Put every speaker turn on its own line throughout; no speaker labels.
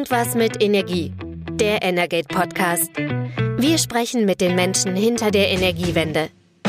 Irgendwas mit Energie. Der Energate Podcast. Wir sprechen mit den Menschen hinter der Energiewende.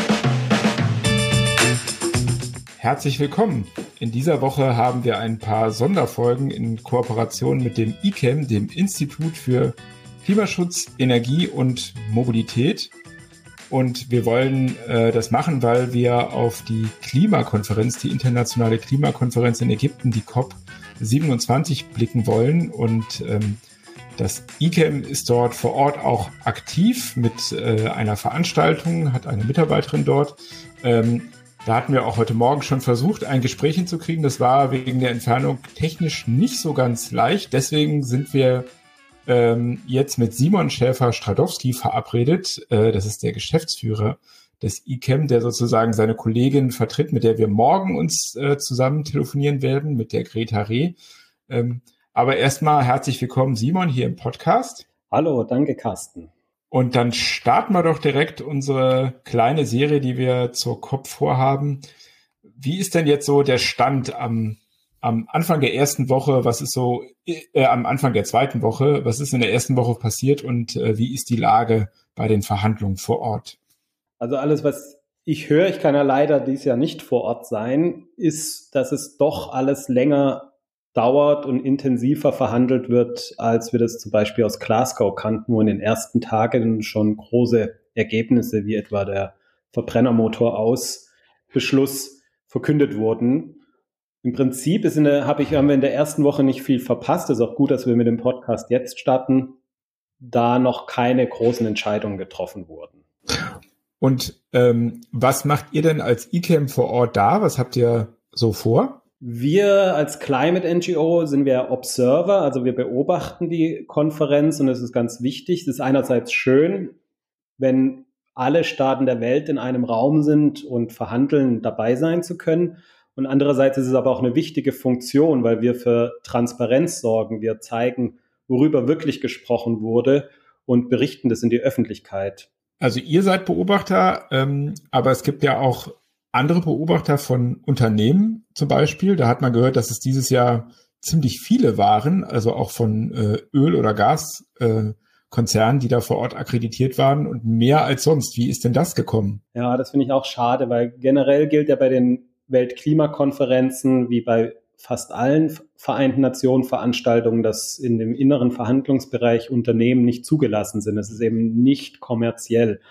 Herzlich willkommen. In dieser Woche haben wir ein paar Sonderfolgen in Kooperation mit dem ICEM, dem Institut für Klimaschutz, Energie und Mobilität. Und wir wollen das machen, weil wir auf die Klimakonferenz, die internationale Klimakonferenz in Ägypten, die COP27 blicken wollen. Und das ICEM ist dort vor Ort auch aktiv mit einer Veranstaltung, hat eine Mitarbeiterin dort. Da hatten wir auch heute Morgen schon versucht, ein Gespräch hinzukriegen. Das war wegen der Entfernung technisch nicht so ganz leicht. Deswegen sind wir jetzt mit Simon Schäfer-Stradowski verabredet. Das ist der Geschäftsführer des ICEM, der sozusagen seine Kollegin vertritt, mit der wir morgen uns zusammen telefonieren werden, mit der Greta Reh. Aber erstmal herzlich willkommen, Simon, hier im Podcast.
Hallo, danke, Carsten.
Und dann starten wir doch direkt unsere kleine Serie, die wir zur COP vorhaben. Wie ist denn jetzt so der Stand am Anfang der ersten Woche? Was ist so am Anfang der zweiten Woche? Was ist in der ersten Woche passiert und wie ist die Lage bei den Verhandlungen vor Ort?
Also alles, was ich höre, ich kann ja leider dieses Jahr nicht vor Ort sein, ist, dass es doch alles länger dauert und intensiver verhandelt wird, als wir das zum Beispiel aus Glasgow kannten, wo in den ersten Tagen schon große Ergebnisse wie etwa der Verbrennermotor-Aus-Beschluss verkündet wurden. Im Prinzip haben wir in der ersten Woche nicht viel verpasst. Es ist auch gut, dass wir mit dem Podcast jetzt starten, da noch keine großen Entscheidungen getroffen wurden.
Und was macht ihr denn als ICEM vor Ort da? Was habt ihr so vor?
Wir als Climate NGO sind wir Observer, also wir beobachten die Konferenz und es ist ganz wichtig. Es ist einerseits schön, wenn alle Staaten der Welt in einem Raum sind und verhandeln, dabei sein zu können. Und andererseits ist es aber auch eine wichtige Funktion, weil wir für Transparenz sorgen. Wir zeigen, worüber wirklich gesprochen wurde und berichten das in die Öffentlichkeit.
Also ihr seid Beobachter, aber es gibt ja auch andere Beobachter von Unternehmen zum Beispiel. Da hat man gehört, dass es dieses Jahr ziemlich viele waren, also auch von Öl- oder Gaskonzernen, die da vor Ort akkreditiert waren und mehr als sonst. Wie ist denn das gekommen?
Ja, das finde ich auch schade, weil generell gilt ja bei den Weltklimakonferenzen wie bei fast allen Vereinten Nationen Veranstaltungen, dass in dem inneren Verhandlungsbereich Unternehmen nicht zugelassen sind. Es ist eben nicht kommerziell.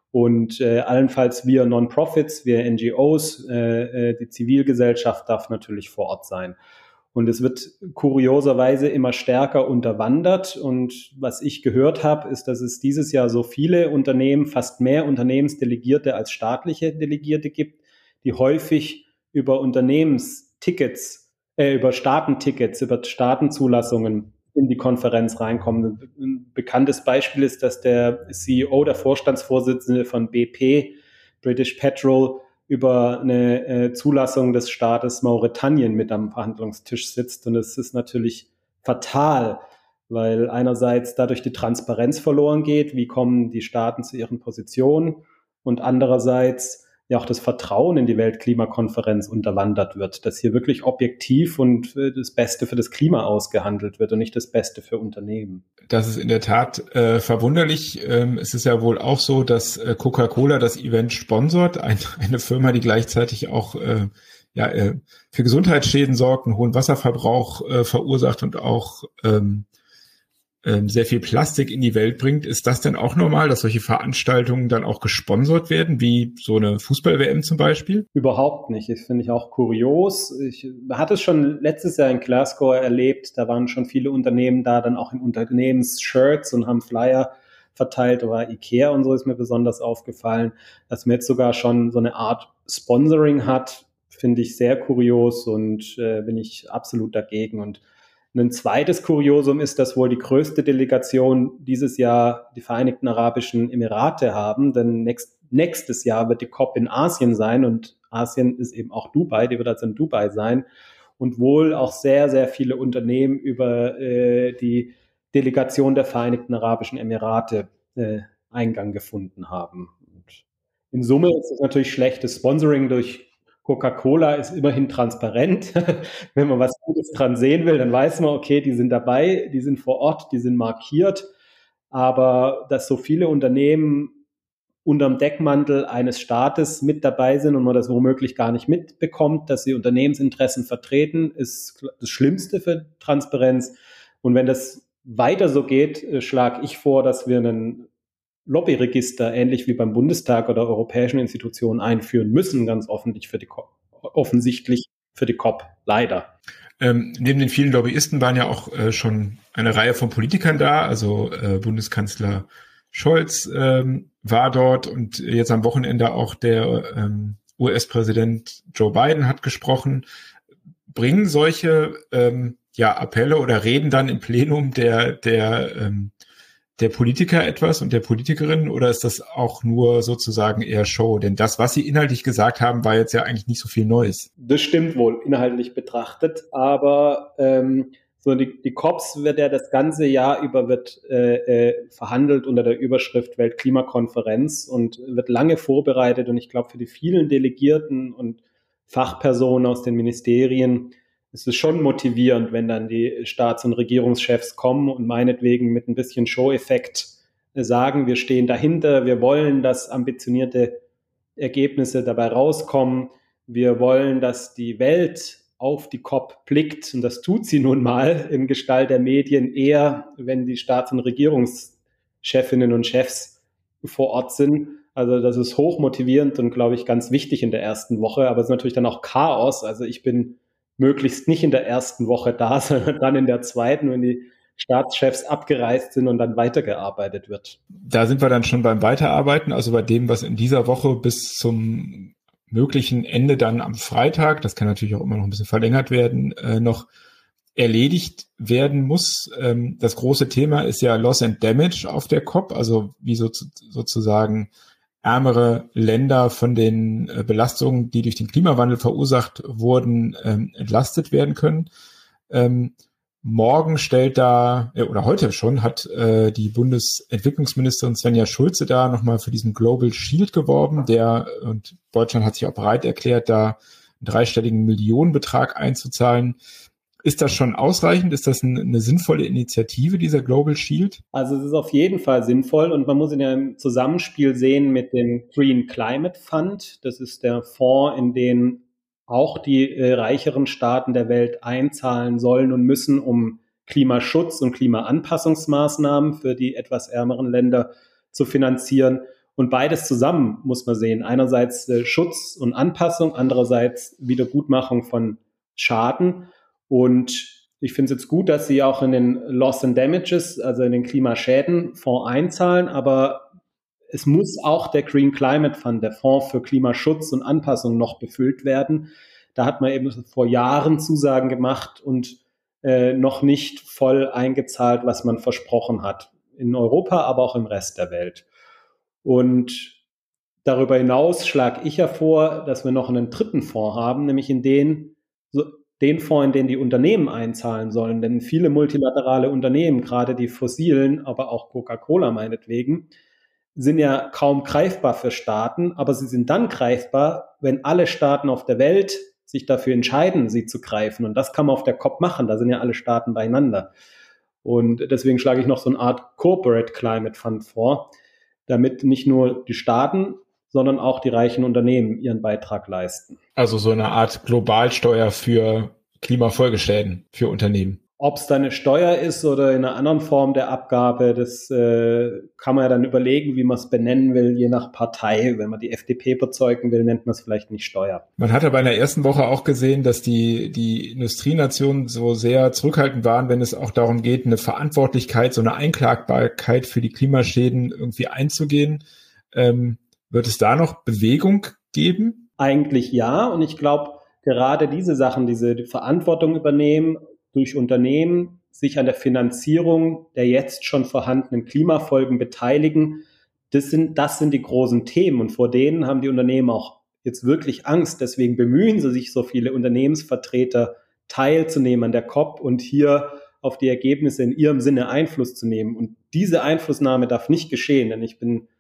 Und allenfalls wir Non-Profits, wir NGOs, die Zivilgesellschaft darf natürlich vor Ort sein. Und es wird kurioserweise immer stärker unterwandert. Und was ich gehört habe, ist, dass es dieses Jahr so viele Unternehmen, fast mehr Unternehmensdelegierte als staatliche Delegierte gibt, die häufig über Unternehmenstickets, über Staatentickets, über Staatenzulassungen in die Konferenz reinkommen. Ein bekanntes Beispiel ist, dass der CEO, der Vorstandsvorsitzende von BP, British Petrol, über eine Zulassung des Staates Mauretanien mit am Verhandlungstisch sitzt. Und es ist natürlich fatal, weil einerseits dadurch die Transparenz verloren geht, wie kommen die Staaten zu ihren Positionen, und andererseits ja auch das Vertrauen in die Weltklimakonferenz unterwandert wird, dass hier wirklich objektiv und das Beste für das Klima ausgehandelt wird und nicht das Beste für Unternehmen.
Das ist in der Tat verwunderlich. Es ist ja wohl auch so, dass Coca-Cola das Event sponsort, eine Firma, die gleichzeitig auch für Gesundheitsschäden sorgt, einen hohen Wasserverbrauch verursacht und auch sehr viel Plastik in die Welt bringt. Ist das denn auch normal, dass solche Veranstaltungen dann auch gesponsert werden, wie so eine Fußball-WM zum Beispiel?
Überhaupt nicht. Das finde ich auch kurios. Ich hatte es schon letztes Jahr in Glasgow erlebt. Da waren schon viele Unternehmen da, dann auch in Unternehmensshirts und haben Flyer verteilt. Oder Ikea und so ist mir besonders aufgefallen. Dass man jetzt sogar schon so eine Art Sponsoring hat, finde ich sehr kurios und bin ich absolut dagegen. Und ein zweites Kuriosum ist, dass wohl die größte Delegation dieses Jahr die Vereinigten Arabischen Emirate haben, denn nächstes Jahr wird die COP in Asien sein und Asien ist eben auch Dubai, die wird also in Dubai sein und wohl auch sehr, sehr viele Unternehmen über die Delegation der Vereinigten Arabischen Emirate Eingang gefunden haben. Und in Summe ist es natürlich schlechtes Sponsoring durch Coca-Cola ist immerhin transparent. Wenn man was Gutes dran sehen will, dann weiß man, okay, die sind dabei, die sind vor Ort, die sind markiert. Aber dass so viele Unternehmen unterm Deckmantel eines Staates mit dabei sind und man das womöglich gar nicht mitbekommt, dass sie Unternehmensinteressen vertreten, ist das Schlimmste für Transparenz. Und wenn das weiter so geht, schlage ich vor, dass wir einen Lobbyregister, ähnlich wie beim Bundestag oder europäischen Institutionen, einführen müssen, ganz offensichtlich für die COP, leider.
Neben den vielen Lobbyisten waren ja auch schon eine Reihe von Politikern da, also Bundeskanzler Scholz war dort und jetzt am Wochenende auch der US-Präsident Joe Biden hat gesprochen. Bringen solche Appelle oder Reden dann im Plenum der Politiker etwas und der Politikerin, oder ist das auch nur sozusagen eher Show? Denn das, was Sie inhaltlich gesagt haben, war jetzt ja eigentlich nicht so viel Neues.
Das stimmt wohl, inhaltlich betrachtet, aber so die COPs wird ja das ganze Jahr über verhandelt unter der Überschrift Weltklimakonferenz und wird lange vorbereitet, und ich glaube, für die vielen Delegierten und Fachpersonen aus den Ministerien ist es schon motivierend, wenn dann die Staats- und Regierungschefs kommen und meinetwegen mit ein bisschen Show-Effekt sagen, wir stehen dahinter, wir wollen, dass ambitionierte Ergebnisse dabei rauskommen, wir wollen, dass die Welt auf die COP blickt, und das tut sie nun mal in Gestalt der Medien eher, wenn die Staats- und Regierungschefinnen und Chefs vor Ort sind. Also das ist hochmotivierend und, glaube ich, ganz wichtig in der ersten Woche, aber es ist natürlich dann auch Chaos. Also ich bin möglichst nicht in der ersten Woche da, sondern dann in der zweiten, wenn die Staatschefs abgereist sind und dann weitergearbeitet wird.
Da sind wir dann schon beim Weiterarbeiten, also bei dem, was in dieser Woche bis zum möglichen Ende dann am Freitag, das kann natürlich auch immer noch ein bisschen verlängert werden, noch erledigt werden muss. Das große Thema ist ja Loss and Damage auf der COP, also wie sozusagen ärmere Länder von den Belastungen, die durch den Klimawandel verursacht wurden, entlastet werden können. Morgen oder heute schon, hat die Bundesentwicklungsministerin Svenja Schulze da nochmal für diesen Global Shield geworben, und Deutschland hat sich auch bereit erklärt, da einen dreistelligen Millionenbetrag einzuzahlen. Ist das schon ausreichend? Ist das eine sinnvolle Initiative, dieser Global Shield?
Also es ist auf jeden Fall sinnvoll, und man muss ihn ja im Zusammenspiel sehen mit dem Green Climate Fund. Das ist der Fonds, in den auch die reicheren Staaten der Welt einzahlen sollen und müssen, um Klimaschutz und Klimaanpassungsmaßnahmen für die etwas ärmeren Länder zu finanzieren. Und beides zusammen muss man sehen. Einerseits Schutz und Anpassung, andererseits Wiedergutmachung von Schaden. Und ich finde es jetzt gut, dass sie auch in den Loss and Damages, also in den Klimaschädenfonds einzahlen, aber es muss auch der Green Climate Fund, der Fonds für Klimaschutz und Anpassung, noch befüllt werden. Da hat man eben vor Jahren Zusagen gemacht und noch nicht voll eingezahlt, was man versprochen hat. In Europa, aber auch im Rest der Welt. Und darüber hinaus schlage ich ja vor, dass wir noch einen dritten Fonds haben, nämlich den Fonds, in den die Unternehmen einzahlen sollen. Denn viele multilaterale Unternehmen, gerade die fossilen, aber auch Coca-Cola meinetwegen, sind ja kaum greifbar für Staaten, aber sie sind dann greifbar, wenn alle Staaten auf der Welt sich dafür entscheiden, sie zu greifen. Und das kann man auf der COP machen, da sind ja alle Staaten beieinander. Und deswegen schlage ich noch so eine Art Corporate Climate Fund vor, damit nicht nur die Staaten, sondern auch die reichen Unternehmen ihren Beitrag leisten.
Also so eine Art Globalsteuer für Klimafolgeschäden für Unternehmen.
Ob es da eine Steuer ist oder in einer anderen Form der Abgabe, das kann man ja dann überlegen, wie man es benennen will, je nach Partei. Wenn man die FDP überzeugen will, nennt man es vielleicht nicht Steuer.
Man hat aber in der ersten Woche auch gesehen, dass die Industrienationen so sehr zurückhaltend waren, wenn es auch darum geht, eine Verantwortlichkeit, so eine Einklagbarkeit für die Klimaschäden irgendwie einzugehen. Wird es da noch Bewegung geben?
Eigentlich ja, und ich glaube, gerade diese Sachen, die Verantwortung übernehmen durch Unternehmen, sich an der Finanzierung der jetzt schon vorhandenen Klimafolgen beteiligen, das sind die großen Themen, und vor denen haben die Unternehmen auch jetzt wirklich Angst. Deswegen bemühen sie sich, so viele Unternehmensvertreter teilzunehmen an der COP und hier auf die Ergebnisse in ihrem Sinne Einfluss zu nehmen. Und diese Einflussnahme darf nicht geschehen, denn ich bin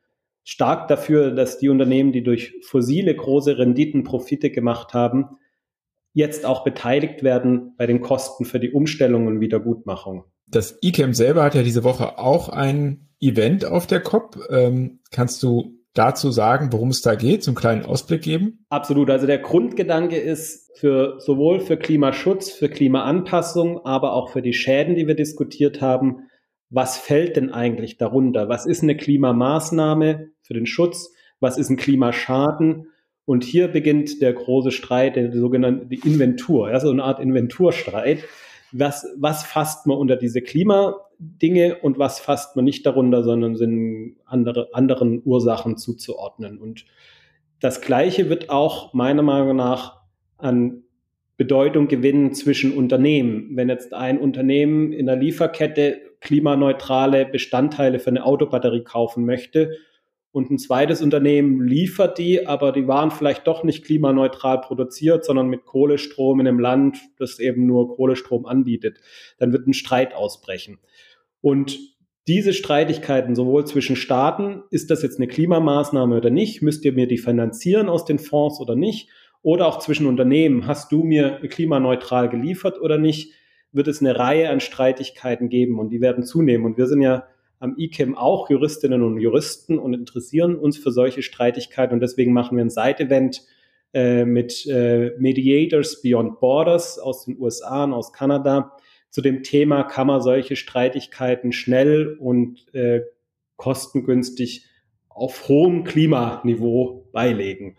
stark dafür, dass die Unternehmen, die durch fossile große Renditen Profite gemacht haben, jetzt auch beteiligt werden bei den Kosten für die Umstellung und Wiedergutmachung.
Das ICAM selber hat ja diese Woche auch ein Event auf der COP. Kannst du dazu sagen, worum es da geht, so einen kleinen Ausblick geben?
Absolut. Also der Grundgedanke ist sowohl für Klimaschutz, für Klimaanpassung, aber auch für die Schäden, die wir diskutiert haben. Was fällt denn eigentlich darunter? Was ist eine Klimamaßnahme für den Schutz? Was ist ein Klimaschaden? Und hier beginnt der große Streit, der sogenannte Inventur, so eine Art Inventurstreit. Was fasst man unter diese Klimadinge und was fasst man nicht darunter, sondern sind anderen Ursachen zuzuordnen. Und das Gleiche wird auch meiner Meinung nach an Bedeutung gewinnen zwischen Unternehmen. Wenn jetzt ein Unternehmen in der Lieferkette klimaneutrale Bestandteile für eine Autobatterie kaufen möchte und ein zweites Unternehmen liefert die, aber die waren vielleicht doch nicht klimaneutral produziert, sondern mit Kohlestrom in einem Land, das eben nur Kohlestrom anbietet, dann wird ein Streit ausbrechen. Und diese Streitigkeiten sowohl zwischen Staaten, ist das jetzt eine Klimamaßnahme oder nicht, müsst ihr mir die finanzieren aus den Fonds oder nicht, oder auch zwischen Unternehmen, hast du mir klimaneutral geliefert oder nicht, wird es eine Reihe an Streitigkeiten geben und die werden zunehmen. Und wir sind ja am ICAM auch Juristinnen und Juristen und interessieren uns für solche Streitigkeiten und deswegen machen wir ein Side-Event mit Mediators Beyond Borders aus den USA und aus Kanada zu dem Thema, kann man solche Streitigkeiten schnell und kostengünstig auf hohem Klimaniveau beilegen.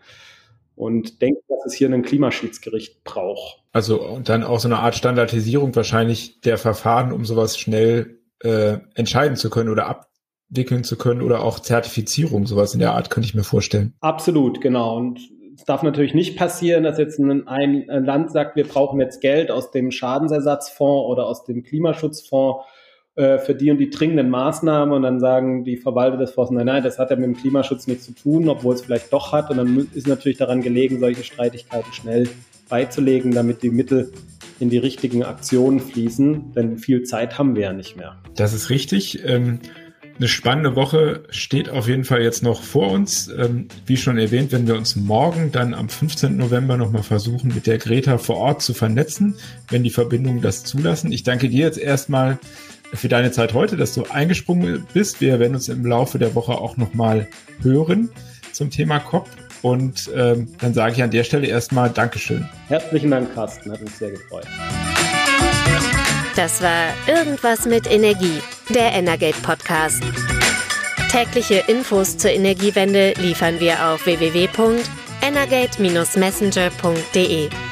Und denke, dass es hier ein Klimaschiedsgericht braucht.
Also und dann auch so eine Art Standardisierung wahrscheinlich der Verfahren, um sowas schnell entscheiden zu können oder abwickeln zu können oder auch Zertifizierung, sowas in der Art, könnte ich mir vorstellen.
Absolut, genau. Und es darf natürlich nicht passieren, dass jetzt ein Land sagt, wir brauchen jetzt Geld aus dem Schadensersatzfonds oder aus dem Klimaschutzfonds für die und die dringenden Maßnahmen und dann sagen die Verwalter des Fonds, nein, das hat ja mit dem Klimaschutz nichts zu tun, obwohl es vielleicht doch hat. Und dann ist natürlich daran gelegen, solche Streitigkeiten schnell beizulegen, damit die Mittel in die richtigen Aktionen fließen, denn viel Zeit haben wir ja nicht mehr.
Das ist richtig. Eine spannende Woche steht auf jeden Fall jetzt noch vor uns. Wie schon erwähnt, werden wir uns morgen dann am 15. November nochmal versuchen, mit der Greta vor Ort zu vernetzen, wenn die Verbindungen das zulassen. Ich danke dir jetzt erstmal für deine Zeit heute, dass du eingesprungen bist. Wir werden uns im Laufe der Woche auch nochmal hören zum Thema COP. Und dann sage ich an der Stelle erstmal Dankeschön.
Herzlichen Dank, Carsten. Hat uns sehr gefreut.
Das war Irgendwas mit Energie, der Energate Podcast. Tägliche Infos zur Energiewende liefern wir auf www.energate-messenger.de.